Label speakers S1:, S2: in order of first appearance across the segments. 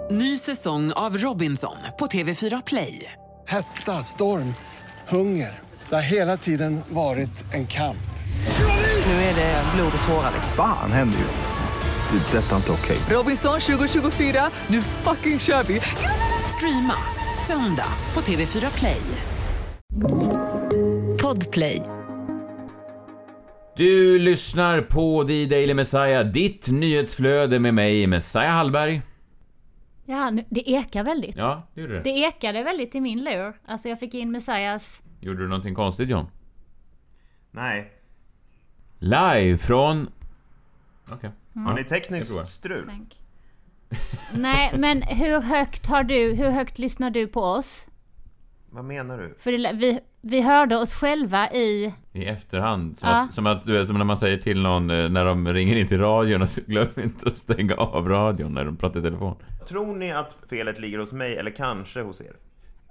S1: Ny säsong av Robinson på TV4 Play.
S2: Hetta, storm, hunger. Det har hela tiden varit en kamp.
S1: Nu är det blod och tårar.
S3: Fan händer just nu. Det. Detta är inte okej.
S1: Robinson 2024, nu fucking kör vi. Streama söndag på TV4 Play. Podplay.
S4: Du lyssnar på The Daily Messiah, ditt nyhetsflöde med mig, Messiah Hallberg.
S5: Ja, det ekar väldigt.
S4: Ja, det gjorde det.
S5: Det ekade väldigt i min lur. Alltså jag fick in Messiahs...
S4: Gjorde du någonting konstigt, John?
S6: Nej.
S4: Live från... Okej.
S6: Har ni tekniskt strul?
S5: Sänk. Nej, men hur högt lyssnar du på oss?
S6: Vad menar du?
S5: För vi hörde oss själva i
S4: efterhand. Som att du vet, som när man säger till någon när de ringer in till radion, att glöm inte att stänga av radion när de pratar i telefon.
S6: Tror ni att felet ligger hos mig eller kanske hos er?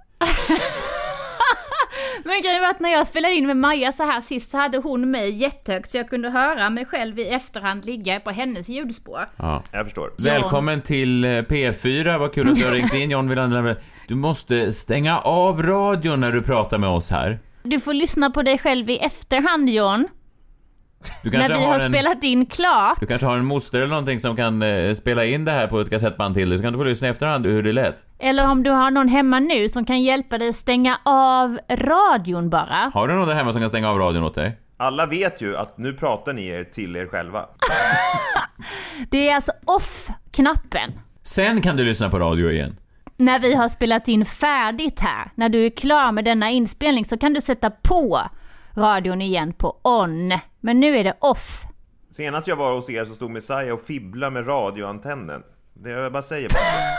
S5: Men grejen var att när jag spelade in med Maja så här sist så hade hon mig jättehögt så jag kunde höra mig själv i efterhand ligga på hennes ljudspår.
S4: Ja.
S6: Jag förstår.
S4: Välkommen till P4, vad kul att du har ringt in, John Wilander. Du måste stänga av radion när du pratar med oss här.
S5: Du får lyssna på dig själv i efterhand, John. När vi har spelat in klart.
S4: Du kanske har en moster eller någonting som kan spela in det här på ett kassettband till dig, så kan du få lyssna i efterhand hur det lät.
S5: Eller om du har någon hemma nu som kan hjälpa dig stänga av radion bara.
S4: Har du någon där hemma som kan stänga av radion åt dig?
S6: Alla vet ju att nu pratar ni er till er själva.
S5: Det är alltså off-knappen.
S4: Sen kan du lyssna på radio igen.
S5: När vi har spelat in färdigt här, när du är klar med denna inspelning, så kan du sätta på radion igen på on. Men nu är det off.
S6: Senast jag var hos er så stod Messiah och fibbla med radioantennen. Det jag bara säger bara.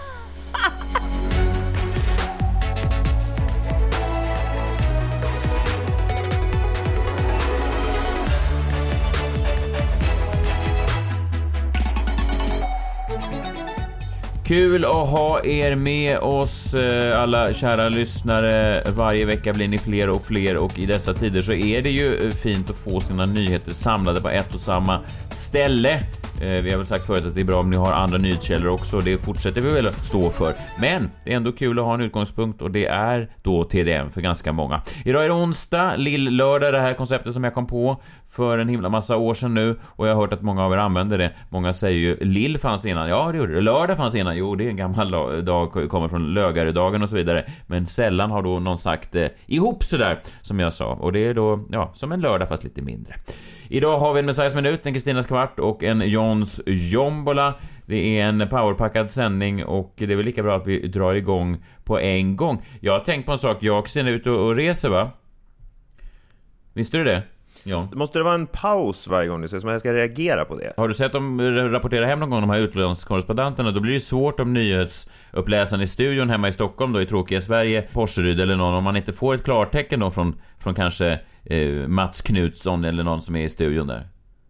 S4: Kul att ha er med oss, alla kära lyssnare. Varje vecka blir ni fler och fler, och i dessa tider så är det ju fint att få sina nyheter samlade på ett och samma ställe. Vi har väl sagt förut att det är bra om ni har andra nyhetskällor också, det fortsätter vi väl att stå för. Men det är ändå kul att ha en utgångspunkt, och det är då TDM för ganska många. Idag är det onsdag, lill-lördag, det här konceptet som jag kom på för en himla massa år sedan nu, och jag har hört att många av er använder det. Många säger ju, lill fanns innan, ja det gjorde det, lördag fanns innan, jo det är en gammal dag, kommer från lögaredagen och så vidare, men sällan har då någon sagt ihop sådär som jag sa, och det är då, ja, som en lördag fast lite mindre. Idag har vi en Messiahs minut, en Kristinas kvart och en Johns jombola. Det är en powerpackad sändning, och det är väl lika bra att vi drar igång på en gång. Jag har tänkt på en sak, jag och Kristina är ute och reser, va? Visste du det? Ja.
S6: Måste det vara en paus varje gång du säger som jag ska reagera på det?
S4: Har du sett dem rapportera hem någon gång, de här utlandskorrespondenterna? Då blir det svårt om nyhetsuppläsaren i studion hemma i Stockholm då, i tråkiga Sverige, Porseryd eller någon, om man inte får ett klartecken då från kanske Mats Knutsson eller någon som är i studion där.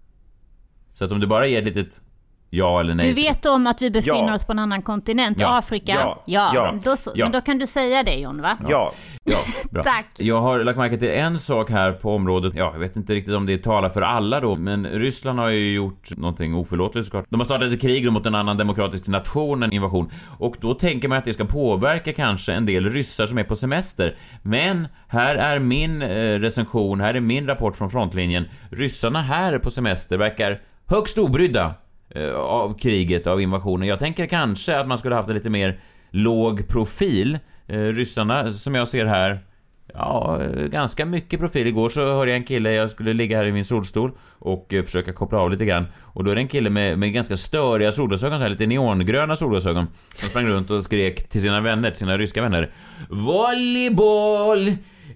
S4: Så att om du bara ger ett litet ja eller nej.
S5: Du vet om att vi befinner oss på en annan kontinent, Afrika. Men då kan du säga det, John, va?
S6: Ja,
S4: bra.
S5: Tack.
S4: Jag har lagt märke till en sak här på området. Ja, jag vet inte riktigt om det talar för alla då, men Ryssland har ju gjort någonting oförlåtligt såklart. De har startat ett krig mot en annan demokratisk nation, en invasion. Och då tänker man att det ska påverka kanske en del ryssar som är på semester. Men här är min recension, här är min rapport från frontlinjen. Ryssarna här på semester verkar högst obrydda av kriget, av invasionen. Jag tänker kanske att man skulle haft en lite mer låg profil. Ryssarna, som jag ser här, ja, ganska mycket profil. Igår så hörde jag en kille, jag skulle ligga här i min solstol och försöka koppla av lite grann, och då är det en kille med ganska störiga solglasögon, så här lite neongröna solglasögon, som sprang runt och skrek till sina vänner, till sina ryska vänner: volleyboll!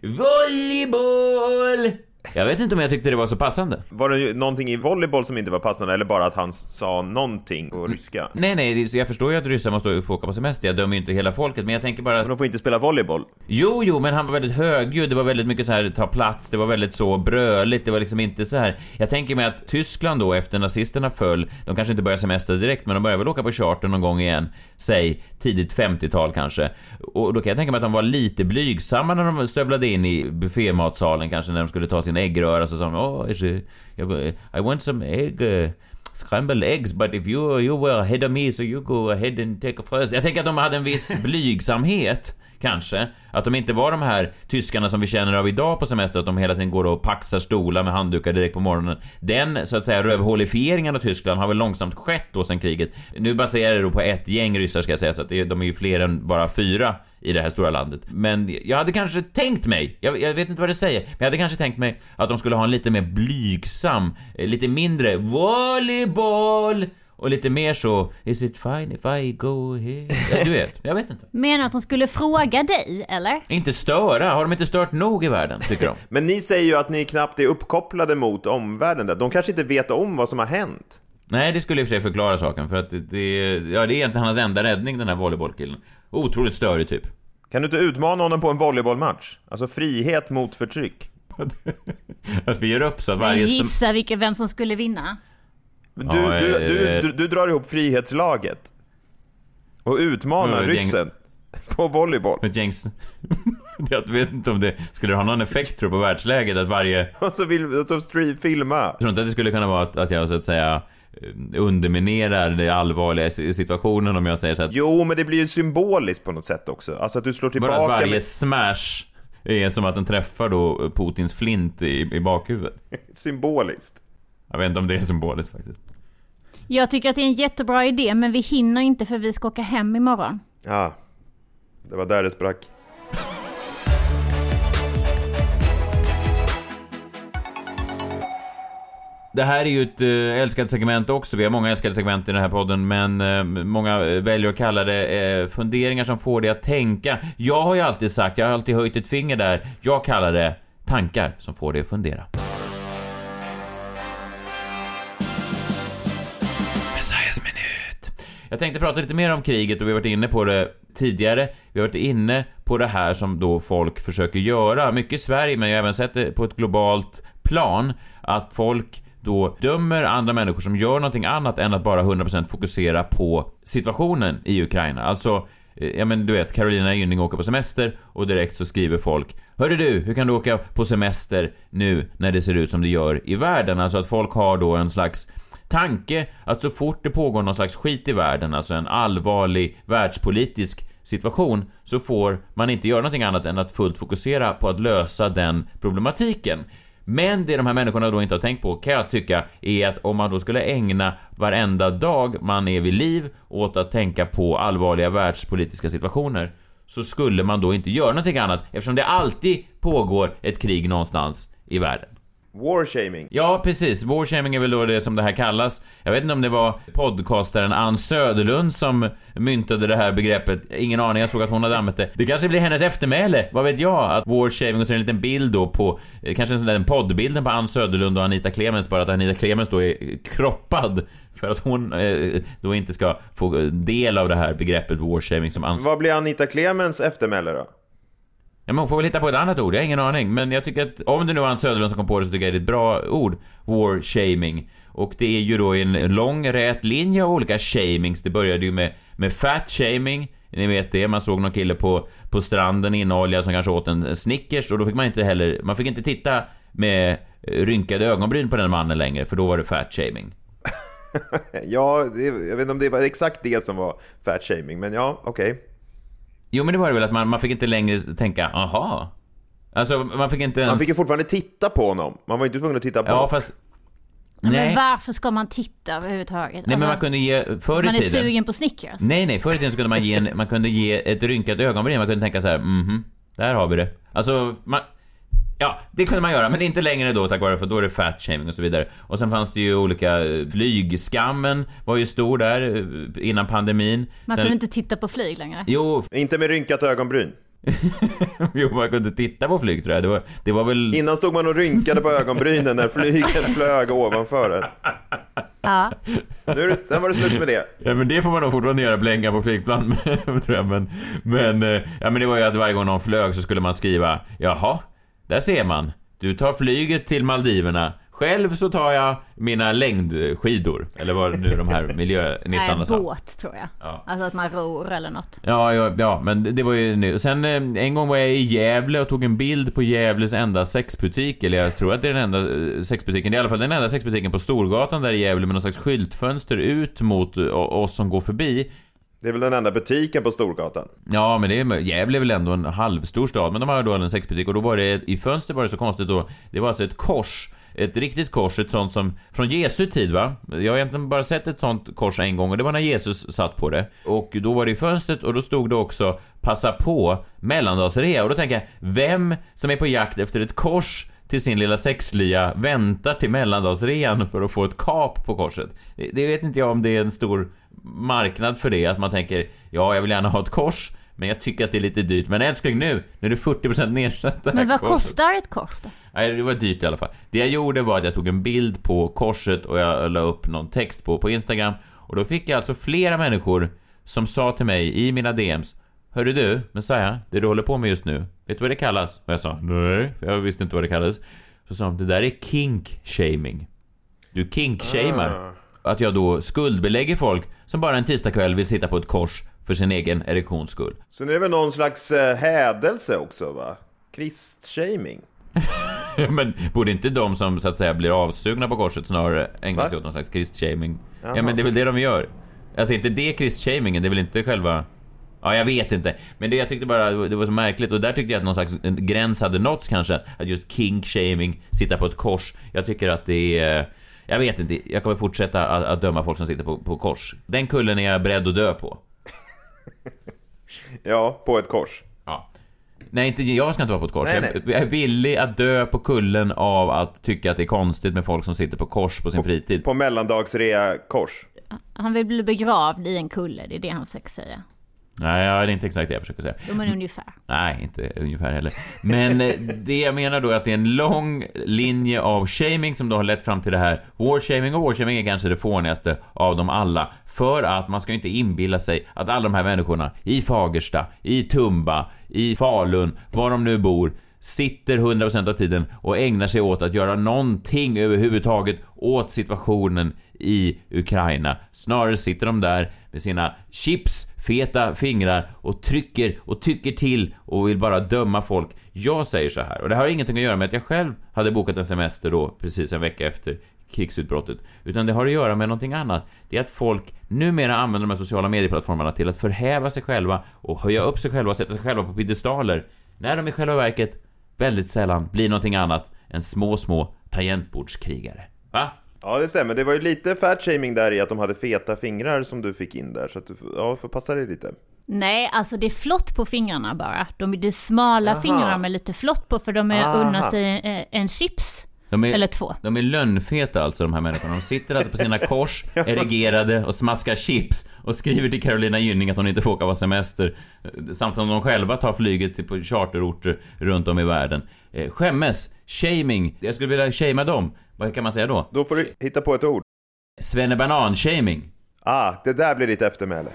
S4: Volleyboll! Jag vet inte om jag tyckte det var så passande.
S6: Var det ju någonting i volleyboll som inte var passande, eller bara att han sa någonting på ryska?
S4: Nej, jag förstår ju att ryssar måste få åka på semester. Jag dömer ju inte hela folket, men jag tänker bara...
S6: Men de får inte spela volleyboll?
S4: Jo, men han var väldigt högljudd. Det var väldigt mycket så här, ta plats. Det var väldigt så bröligt. Det var liksom inte så här... Jag tänker mig att Tyskland då, efter nazisterna föll, de kanske inte börjar semester direkt, men de börjar väl åka på charter någon gång igen. Säg, tidigt 50-tal kanske. Och då kan jag tänka mig att de var lite blygsamma när de stövlade in i buffématsalen, kanske när de skulle ta sin äggröra, så sa de, I want some egg. scrambled eggs, but if you were ahead of me so you go ahead and take a first. Jag tänker att de hade en viss blygsamhet. Kanske, att de inte var de här tyskarna som vi känner av idag på semester, att de hela tiden går och paxar stolar med handdukar direkt på morgonen. Den, så att säga, rövhålifieringen av Tyskland har väl långsamt skett då sedan kriget. Nu baserar det då på ett gäng ryssar, ska jag säga, så att de är ju fler än bara 4 i det här stora landet. Men jag hade kanske tänkt mig, jag vet inte vad det säger, men jag hade kanske tänkt mig att de skulle ha en lite mer blygsam, lite mindre volleyboll och lite mer så, is it fine if I go here? Ja, du vet, jag vet inte.
S5: Menar att de skulle fråga dig, eller?
S4: Inte störa, har de inte stört nog i världen, tycker de?
S6: Men ni säger ju att ni knappt är uppkopplade mot omvärlden där. De kanske inte vet om vad som har hänt.
S4: Nej, det skulle i och för sig förklara saken, för att det är egentligen hans enda räddning, den här volleybollkillen. Otroligt störig typ.
S6: Kan du inte utmana honom på en volleybollmatch? Alltså frihet mot förtryck.
S4: Att vi gör upp så att varje...
S5: Gissa vem som skulle vinna.
S6: Du drar ihop frihetslaget och utmanar ryssen på volleyboll.
S4: Ett gängs... Jag vet inte om det skulle ha någon effekt tror på världsläget att varje...
S6: Och så vill filma.
S4: Jag tror inte att det skulle kunna vara att jag så att säga underminerar det allvarliga situationen om jag säger så att...
S6: Jo, men det blir ju symboliskt på något sätt också. Alltså att du slår tillbaka...
S4: Bara att varje smash är som att den träffar då Putins flint i bakhuvudet.
S6: Symboliskt.
S4: Jag vet inte om det är symboliskt faktiskt.
S5: Jag tycker att det är en jättebra idé, men vi hinner inte för vi ska åka hem imorgon.
S6: Ja, det var där det sprack.
S4: Det här är ju ett älskat segment också. Vi har många älskade segment i den här podden, men många väljer att kalla det funderingar som får dig att tänka. Jag har ju alltid sagt, jag har alltid höjt ett finger där. Jag kallar det tankar som får dig att fundera. Jag tänkte prata lite mer om kriget och vi har varit inne på det tidigare. Vi har varit inne på det här som då folk försöker göra. Mycket i Sverige, men jag har även sett det på ett globalt plan. Att folk då dömer andra människor som gör någonting annat än att bara 100% fokusera på situationen i Ukraina. Alltså, ja men du vet, Carolina Gynning åker på semester och direkt så skriver folk: hörru du, hur kan du åka på semester nu när det ser ut som det gör i världen? Alltså att folk har då en slags tanke att så fort det pågår någon slags skit i världen, alltså en allvarlig världspolitisk situation, så får man inte göra någonting annat än att fullt fokusera på att lösa den problematiken. Men det de här människorna då inte har tänkt på, kan jag tycka, är att om man då skulle ägna varenda dag man är vid liv åt att tänka på allvarliga världspolitiska situationer, så skulle man då inte göra någonting annat, eftersom det alltid pågår ett krig någonstans i världen.
S6: Warshaming.
S4: Ja, precis. Warshaming är väl då det som det här kallas. Jag vet inte om det var podcastaren Ann Söderlund som myntade det här begreppet. Ingen aning, jag såg att hon hade använt det. Det kanske blir hennes eftermäle, vad vet jag? Att warshaming, och så är det en liten bild då på, kanske en sån där poddbilden på Ann Söderlund och Anita Clemens, bara att Anita Clemens då är kroppad för att hon då inte ska få del av det här begreppet warshaming som
S6: Vad blir Anita Clemens eftermäle då?
S4: Ja, man får väl hitta på ett annat ord, jag har ingen aning. Men jag tycker att om det nu var en Söderlund som kom på det, så tycker jag det är ett bra ord. War-shaming. Och det är ju då en lång rät linje av olika shamings. Det började ju med fat-shaming. Ni vet det, man såg någon kille på stranden inoljad som kanske åt en Snickers. Och då fick man fick inte titta med rynkade ögonbryn på den mannen längre, för då var det fat-shaming.
S6: Ja, jag vet inte om det var exakt det som var fat-shaming, men ja, okej.
S4: Jo, men det var det väl att man fick inte längre tänka, aha. Alltså, man fick inte ens...
S6: Man fick ju fortfarande titta på honom. Man var inte tvungen att titta på honom.
S4: Ja, fast...
S5: Nej.
S4: Nej.
S5: Men varför ska man titta överhuvudtaget?
S4: Nej, men man kunde ge... Förr i
S5: man är
S4: tiden...
S5: sugen på Snickers.
S4: Nej, förr i tiden så kunde man kunde ge ett rynkat ögonbryn. Man kunde tänka så här, där har vi det. Alltså, ja, det kunde man göra, men inte längre då, tack vare, för då är det fat shaming och så vidare. Och sen fanns det ju olika, flygskammen var ju stor där innan pandemin.
S5: Man kunde inte titta på flyg längre.
S4: Jo.
S6: Inte med rynkat ögonbryn.
S4: Jo, man kunde titta på flyg, tror jag. Det var väl...
S6: Innan stod man och rynkade på ögonbrynen när flygen flög ovanför en.
S5: Ja.
S6: Sen var det slut med det.
S4: Ja, men det får man då fortfarande göra, blänga på flygplan tror jag. Men det var ju att varje gång någon flög så skulle man skriva, jaha, där ser man. Du tar flyget till Maldiverna Själv så tar jag mina längdskidor. Eller vad nu de här miljönissarna sa.
S5: Båt tror jag. Ja. Alltså att man ror eller något.
S4: Ja, men det var ju nu. Sen en gång var jag i Gävle och tog en bild på Gävles enda sexbutik. Eller jag tror att det är den enda sexbutiken. Det är i alla fall den enda sexbutiken på Storgatan där i Gävle med någon slags skyltfönster ut mot oss som går förbi.
S6: Det är väl den enda butiken på Storgatan?
S4: Ja, men Gävle är väl ändå en halvstor stad. Men de har då en sexbutik och då var det i fönster var det så konstigt då. Det var alltså ett kors. Ett riktigt kors, ett sånt som från Jesu tid, va? Jag har egentligen bara sett ett sånt kors en gång och det var när Jesus satt på det. Och då var det i fönstret och då stod det också passa på mellandagsrea. Och då tänker jag, vem som är på jakt efter ett kors till sin lilla sexlya väntar till mellandagsrean för att få ett kap på korset? Det vet inte jag om det är en stor marknad för det, att man tänker, ja, jag vill gärna ha ett kors, men jag tycker att det är lite dyrt. Men älskling, nu är det 40% nedsatt.
S5: Men vad kostar ett kors då?
S4: Nej, det var dyrt i alla fall. Det jag gjorde var att jag tog en bild på korset och jag la upp någon text på Instagram. Och då fick jag alltså flera människor som sa till mig i mina DMs: hörru du, Messiah, det du håller på med just nu, vet du vad det kallas? Och jag sa, nej, för jag visste inte vad det kallades. Så sa de, det där är kink-shaming. Du kink-shamar. Att jag då skuldbelägger folk som bara en tisdagkväll vill sitta på ett kors för sin egen erektions skull.
S6: Sen är det väl någon slags hädelse också, va? Kristshaming.
S4: Men borde inte de som så att säga blir avsugna på korset snarare ägna sig åt någon slags kristshaming? Ja, men det är väl det de gör. Alltså inte det kristshamingen, det är väl inte själva... Ja, jag vet inte. Men det jag tyckte bara det var så märkligt. Och där tyckte jag att någon slags gräns hade nåtts kanske. Att just kink-shaming, sitta på ett kors. Jag tycker att det är... Jag vet inte, jag kommer fortsätta att döma folk som sitter på kors. Den kullen är jag beredd att dö på.
S6: Ja, på ett kors.
S4: Ja. Nej, inte, jag ska inte vara på ett kors.
S6: Nej.
S4: Jag är villig att dö på kullen av att tycka att det är konstigt med folk som sitter på kors på sin fritid.
S6: På mellandagsrea kors.
S5: Han vill bli begravd i en kulle, det är det han försöker säga.
S4: Nej, det är inte exakt det jag försöker säga.
S5: Jo, men ungefär.
S4: Nej, inte ungefär heller. Men det jag menar då är att det är en lång linje av shaming som då har lett fram till det här warshaming. Och warshaming är kanske det fånigaste av dem alla. För att man ska inte inbilla sig att alla de här människorna i Fagersta, i Tumba, i Falun, var de nu bor, sitter 100% av tiden och ägnar sig åt att göra någonting överhuvudtaget åt situationen i Ukraina. Snarare sitter de där med sina chipsfeta fingrar och trycker och tycker till och vill bara döma folk. Jag säger så här, och det har ingenting att göra med att jag själv hade bokat en semester då precis en vecka efter krigsutbrottet, utan det har att göra med någonting annat. Det är att folk numera använder de här sociala medieplattformarna till att förhäva sig själva och höja upp sig själva och sätta sig själva på piedestaler, när de i själva verket väldigt sällan blir någonting annat än små tangentbordskrigare. Va?
S6: Ja, det stämmer. Det var ju lite fatshaming där i att de hade feta fingrar som du fick in där. Så att du får passa dig lite.
S5: Nej, alltså det är flott på fingrarna bara. Det är smala fingrar med lite flott på, för de är unna sig en chips. Eller två. De
S4: är lönnfeta alltså, de här människorna. De sitter alltså på sina kors, erigerade och smaskar chips och skriver till Carolina Gynning att hon inte får åka på semester, samt som de själva tar flyget på charterorter runt om i världen. Skämmes, shaming. Jag skulle vilja shama dem. Vad kan man säga då?
S6: Då får du hitta på ett ord.
S4: Svennebanan-shaming.
S6: Det där blir ditt eftermäle.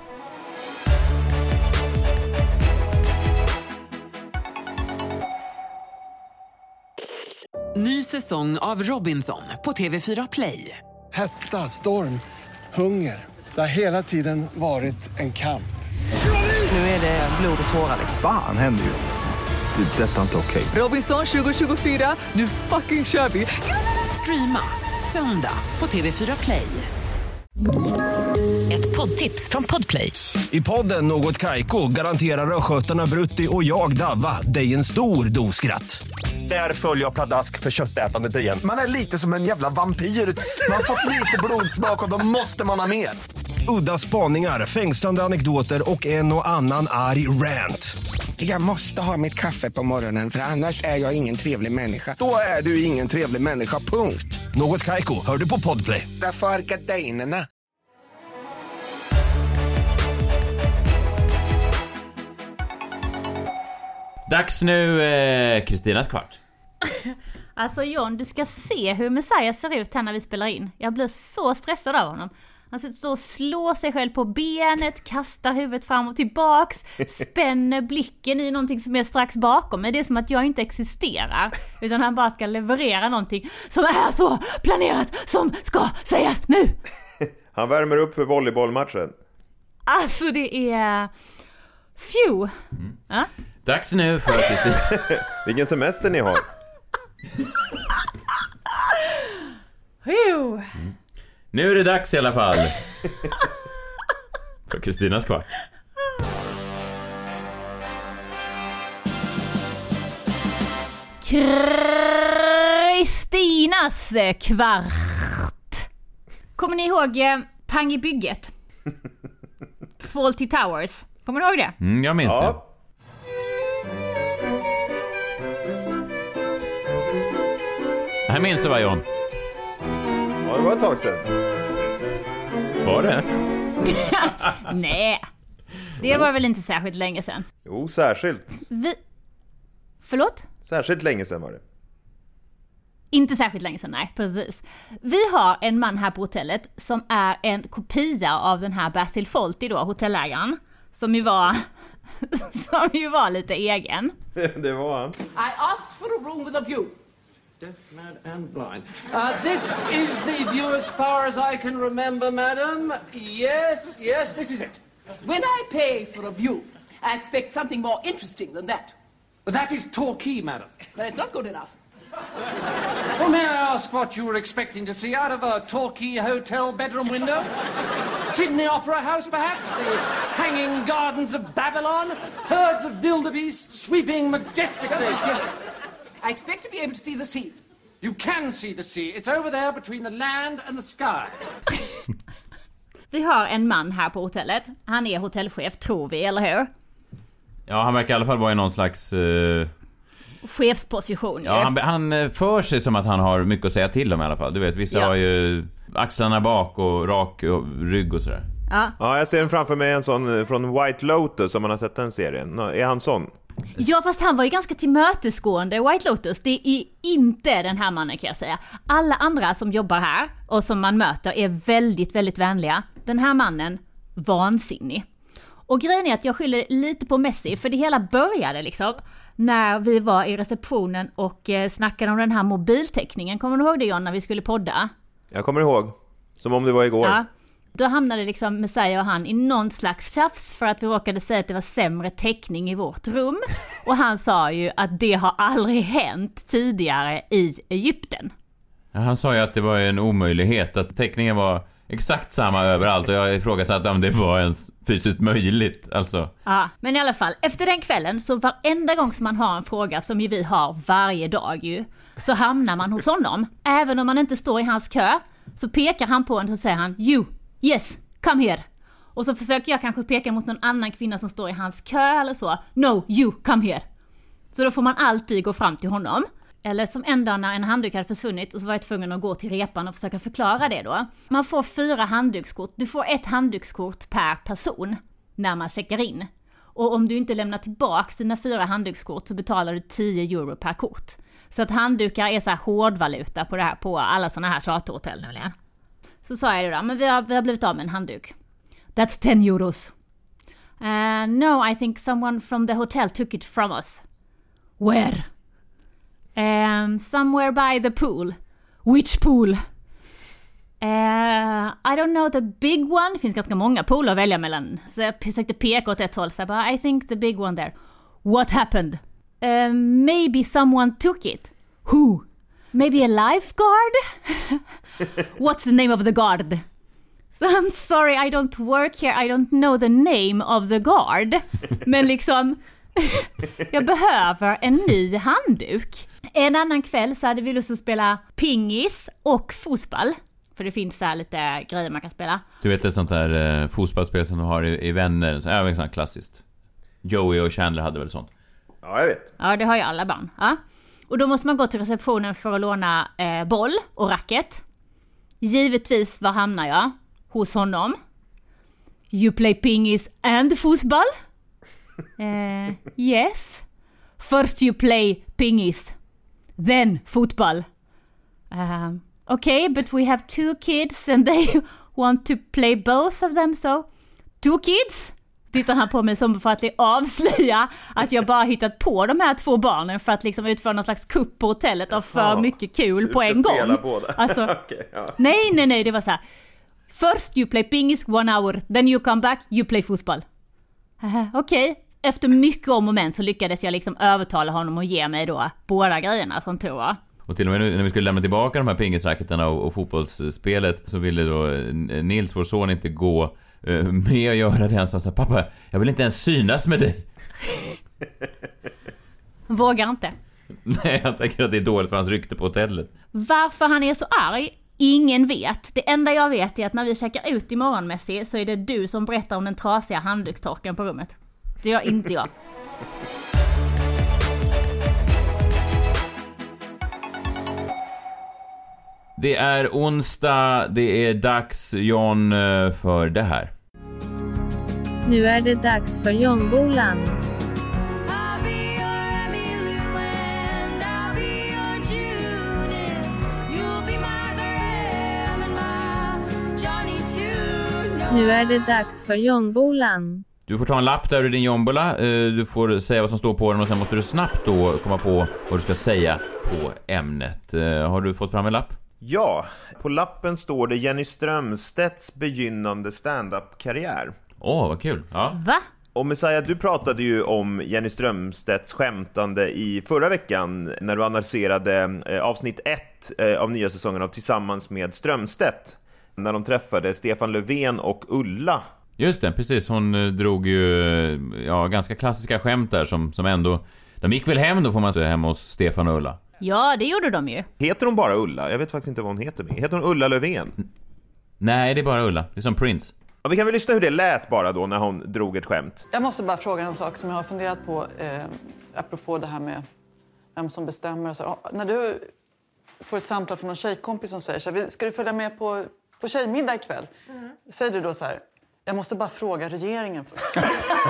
S1: Ny säsong av Robinson på TV4 Play.
S2: Hetta, storm, hunger. Det har hela tiden varit en kamp.
S1: Nu är det blod och tårar.
S3: Fan händer just det. Det är detta inte okej.
S1: Robinson 2024, nu fucking kör vi. Streama söndag på TV4 Play.
S7: Ett poddtips från Podplay.
S8: I podden Något Kaiko garanterar röskötarna Brutti och jag Davva dig en stor doskratt. Där följer jag pladask för köttätandet igen.
S9: Man är lite som en jävla vampyr. Man har fått lite blodsmak och då måste man ha mer.
S8: Udda spaningar, fängslande anekdoter och en och annan arg rant.
S9: Jag måste ha mitt kaffe på morgonen, för annars är jag ingen trevlig människa. Då är du ingen trevlig människa, punkt.
S8: Något Kaiko, hör du på Podplay.
S9: Därför är gardinerna.
S4: Dags nu, Kristinas kvart.
S5: Alltså John, du ska se hur Messiah ser ut här när vi spelar in. Jag blir så stressad av honom. Han står och slår sig själv på benet, kastar huvudet fram och tillbaks, spänner blicken i någonting som är strax bakom mig. Det är som att jag inte existerar, utan han bara ska leverera någonting som är så planerat som ska sägas nu.
S6: Han värmer upp för volleybollmatchen.
S5: Alltså det är... Phew. Ja?
S4: Dags nu för Kristina.
S6: Vilken semester ni har.
S4: Nu är det dags i alla fall. För Kristinas kvart.
S5: Kristinas kvart. Kommer ni ihåg Pang i bygget? Fawlty Towers. Kommer ni ihåg det?
S4: Jag minns det. Det här minns du, va, John?
S6: Ja, det var ett tag sedan.
S4: Var det?
S5: Nej. Det var väl inte särskilt länge sedan.
S6: Jo, särskilt.
S5: Förlåt?
S6: Särskilt länge sedan var det.
S5: Inte särskilt länge sedan, nej, precis. Vi har en man här på hotellet som är en kopia av den här Basil Fawlty då, hotellägaren. Som ju var lite egen.
S6: Det var han.
S10: I asked for a room with a view. Deaf, mad and blind. This is the view as far as I can remember, madam. Yes, this is it. When I pay for a view, I expect something more interesting than that. That is Torquay, madam. It's not good enough. Well, may I ask what you were expecting to see out of a Torquay hotel bedroom window? Sydney Opera House, perhaps? The hanging gardens of Babylon? Herds of wildebeest sweeping majestically? I expect to be able to see the sea. You can see the sea. It's over there between the land and the sky.
S5: Vi har en man här på hotellet. Han är hotellchef, tror vi, eller hur?
S4: Ja, han verkar i alla fall vara i någon slags...
S5: chefsposition.
S4: Ja, han för sig som att han har mycket att säga till om i alla fall. Du vet, vissa har ju axlarna bak och rak rygg och sådär.
S6: Ja, jag ser den framför mig, en sån från White Lotus, om man har sett den serien. Är han sån?
S5: Ja, fast han var ju ganska tillmötesgående, White Lotus. Det är inte den här mannen, kan jag säga. Alla andra som jobbar här och som man möter är väldigt, väldigt vänliga. Den här mannen, vansinnig. Och grejen är att jag skyller lite på Messi, för det hela började liksom när vi var i receptionen och snackade om den här mobiltäckningen. Kommer du ihåg det, John, när vi skulle podda?
S6: Jag kommer ihåg, som om det var igår.
S5: Ja. Då hamnade liksom Messiah och han i någon slags tjafs för att vi råkade säga att det var sämre täckning i vårt rum. Och han sa ju att det har aldrig hänt tidigare i Egypten.
S4: Ja, han sa ju att det var en omöjlighet, att täckningen var exakt samma överallt, och jag ifrågasatte om det var ens fysiskt möjligt. Alltså.
S5: Ja, men i alla fall, efter den kvällen så varenda gång som man har en fråga, som ju vi har varje dag ju, så hamnar man hos honom. Även om man inte står i hans kö, så pekar han på en och säger han, you, yes, come here. Och så försöker jag kanske peka mot någon annan kvinna som står i hans kö eller så, no, you, come here. Så då får man alltid gå fram till honom. Eller som en dag när en handduk hade försvunnit och så var jag tvungen att gå till repan och försöka förklara det då. Man får 4 handdukskort. Du får 1 handdukskort per person när man checkar in. Och om du inte lämnar tillbaka dina 4 handdukskort så betalar du 10 euro per kort. Så att handdukar är så här hårdvaluta på det här, på alla såna här charterhotell nämligen. Så sa jag det då, men vi har blivit av med en handduk. That's 10 euros. No, I think someone from the hotel took it from us. Where? Somewhere by the pool. Which pool? I don't know, the big one. Det finns ganska många pooler att välja mellan. Så jag försökte peka åt ett håll. Så jag bara, I think the big one there. What happened? Maybe someone took it. Who? Maybe a lifeguard? What's the name of the guard? So I'm sorry, I don't work here. I don't know the name of the guard. Men liksom... jag behöver en ny handduk. En annan kväll så hade vi lust att spela pingis och fotboll. För det finns så här lite grejer man kan spela.
S4: Du vet ett sånt där fotbollsspel som de har i Vänner. Så är det sånt klassiskt. Joey och Chandler hade väl sånt.
S6: Ja, jag vet.
S5: Ja, det har ju alla barn. Ja. Och då måste man gå till receptionen för att låna boll och racket. Givetvis, var hamnar jag? Hos honom. You play pingis and fotboll? Yes. First you play pingis, then football. Okay, but we have 2 kids and they Want to play both of them so? 2 kids? Tittar han på mig som för att avslöja att jag bara hittat på de här 2 barnen för att liksom utföra någon slags kupp på hotellet och för mycket kul på en gång. Alltså,
S6: okay, ja.
S5: Nej, det var så här. First you play pingis 1 hour, then you come back, you play fotboll. Okej. Efter mycket om och men så lyckades jag liksom övertala honom att ge mig då båda grejerna som tror jag.
S4: Och till och med när vi skulle lämna tillbaka de här pingisracketerna och fotbollsspelet så ville då Nils, vår son, inte gå med och göra det. Han sa så här, pappa, jag vill inte ens synas med dig.
S5: Vågar inte.
S4: Nej, jag tänker att det är dåligt för hans rykte på hotellet.
S5: Varför han är så arg, ingen vet. Det enda jag vet är att när vi checkar ut imorgon, Messi, så är det du som berättar om den trasiga handdukstorken på rummet. Det gör inte jag.
S4: Det är onsdag, det är dags, John, för det här.
S11: Nu är det dags för John-bolan. Nu är det dags för John-bolan.
S4: Du får ta en lapp där ur din jombola. Du får säga vad som står på den och sen måste du snabbt då komma på vad du ska säga på ämnet. Har du fått fram en lapp?
S6: Ja, på lappen står det Jenny Strömstedts begynnande stand-up-karriär.
S4: Vad kul. Ja.
S5: Va?
S6: Och Messiah, du pratade ju om Jenny Strömstedts skämtande i förra veckan när du analyserade avsnitt 1 av nya säsongen av Tillsammans med Strömstedt. När de träffade Stefan Löfven och Ulla.
S4: Just det, precis. Hon drog ju ganska klassiska skämt där som ändå... De gick väl hem då, får man säga, hemma hos Stefan och Ulla.
S5: Ja, det gjorde de ju.
S6: Heter hon bara Ulla? Jag vet faktiskt inte vad hon heter. Heter hon Ulla Löfven?
S4: Nej, det är bara Ulla. Det är som Prince.
S6: Ja, vi kan väl lyssna hur det lät bara då när hon drog ett skämt.
S12: Jag måste bara fråga en sak som jag har funderat på apropå det här med vem som bestämmer. Så, när du får ett samtal från en tjejkompis som säger så här, ska du följa med på tjejmiddag ikväll? Säger du då så här, jag måste bara fråga regeringen först.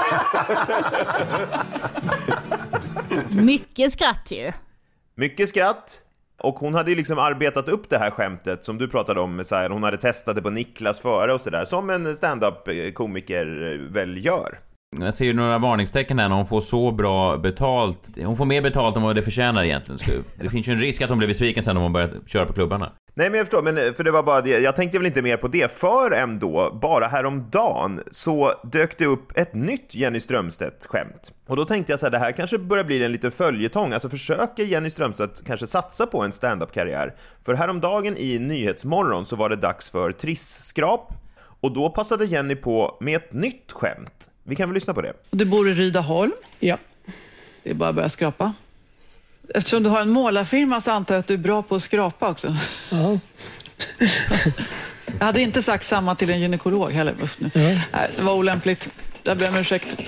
S5: Mycket skratt ju.
S6: Mycket skratt. Och hon hade ju liksom arbetat upp det här skämtet som du pratade om, Messiah. Hon hade testat det på Niklas före och sådär, som en stand-up-komiker väl gör.
S4: Jag ser ju några varningstecken där när hon får så bra betalt. Hon får mer betalt än vad det förtjänar egentligen. Det finns ju en risk att hon blir besviken sen om hon börjar köra på klubbarna.
S6: Nej, men jag förstår, men för det var bara det. Jag tänkte väl inte mer på det. För ändå, bara häromdagen så dök det upp ett nytt Jenny Strömstedt-skämt. Och då tänkte jag så här, det här kanske börjar bli en liten följetong. Alltså försöker Jenny Strömstedt kanske satsa på en stand-up-karriär. För häromdagen i Nyhetsmorgon så var det dags för Trisskrap. Och då passade Jenny på med ett nytt skämt. Vi kan väl lyssna på det.
S12: Du bor i Rydaholm?
S13: Ja.
S12: Det är bara att börja skrapa. Eftersom du har en målarfirma så antar jag att du är bra på att skrapa också.
S13: Ja.
S12: Jag hade inte sagt samma till en gynekolog heller. Nej, det var olämpligt. Jag ber om ursäkt.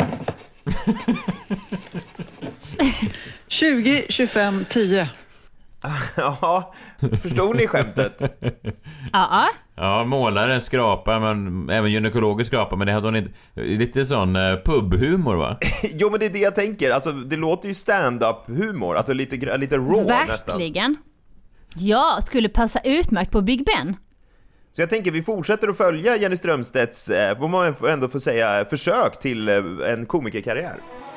S12: 20, 25, 10.
S6: Ja, förstod ni skämtet?
S5: Ja.
S4: Ja, målare skrapar, men även gynekologer skrapar, men det hade hon inte. Lite sån pubhumor, va?
S6: Jo, men det är det jag tänker. Alltså, det låter ju stand-up-humor. Alltså lite raw.
S5: Verkligen.
S6: Nästan.
S5: Ja, skulle passa utmärkt på Big Ben.
S6: Så jag tänker vi fortsätter att följa Jenny Strömstedts, får man ändå få säga, försök till en komikerkarriär.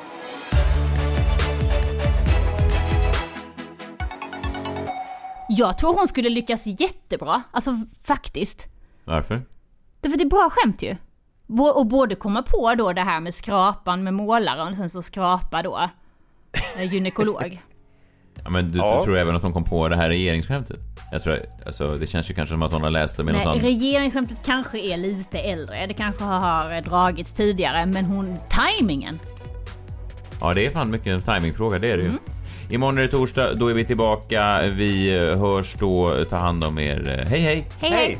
S5: Jag tror hon skulle lyckas jättebra. Alltså faktiskt.
S4: Varför?
S5: Därför det är bra skämt ju. Och både komma på då det här med skrapan med målaren och sen så skrapa då gynekolog.
S4: Ja, men du tror även att hon kom på det här regeringsskämtet? Jag tror, alltså, det känns ju kanske som att hon har läst det med någon annan.
S5: Regeringsskämtet kanske är lite äldre. Det kanske har dragits tidigare. Men tajmingen.
S4: Ja, det är fan mycket en timingfråga, det är det ju. Imorgon är det torsdag, då är vi tillbaka. Vi hörs då, ta hand om er. Hej, hej!
S5: Hej, hej!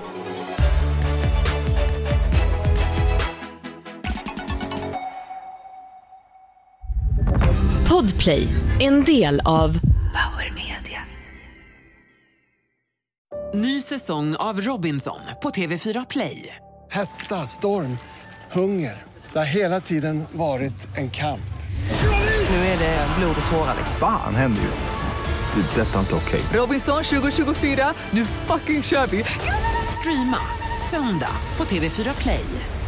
S7: Podplay, en del av Power Media.
S1: Ny säsong av Robinson på TV4 Play.
S2: Hetta, storm, hunger. Det har hela tiden varit en kamp.
S1: Nu är det blod och tårar.
S3: Fan händer just det. Detta är inte okej.
S1: Robinson 2024, nu fucking kör vi. Streama Söndag på TV4 Play.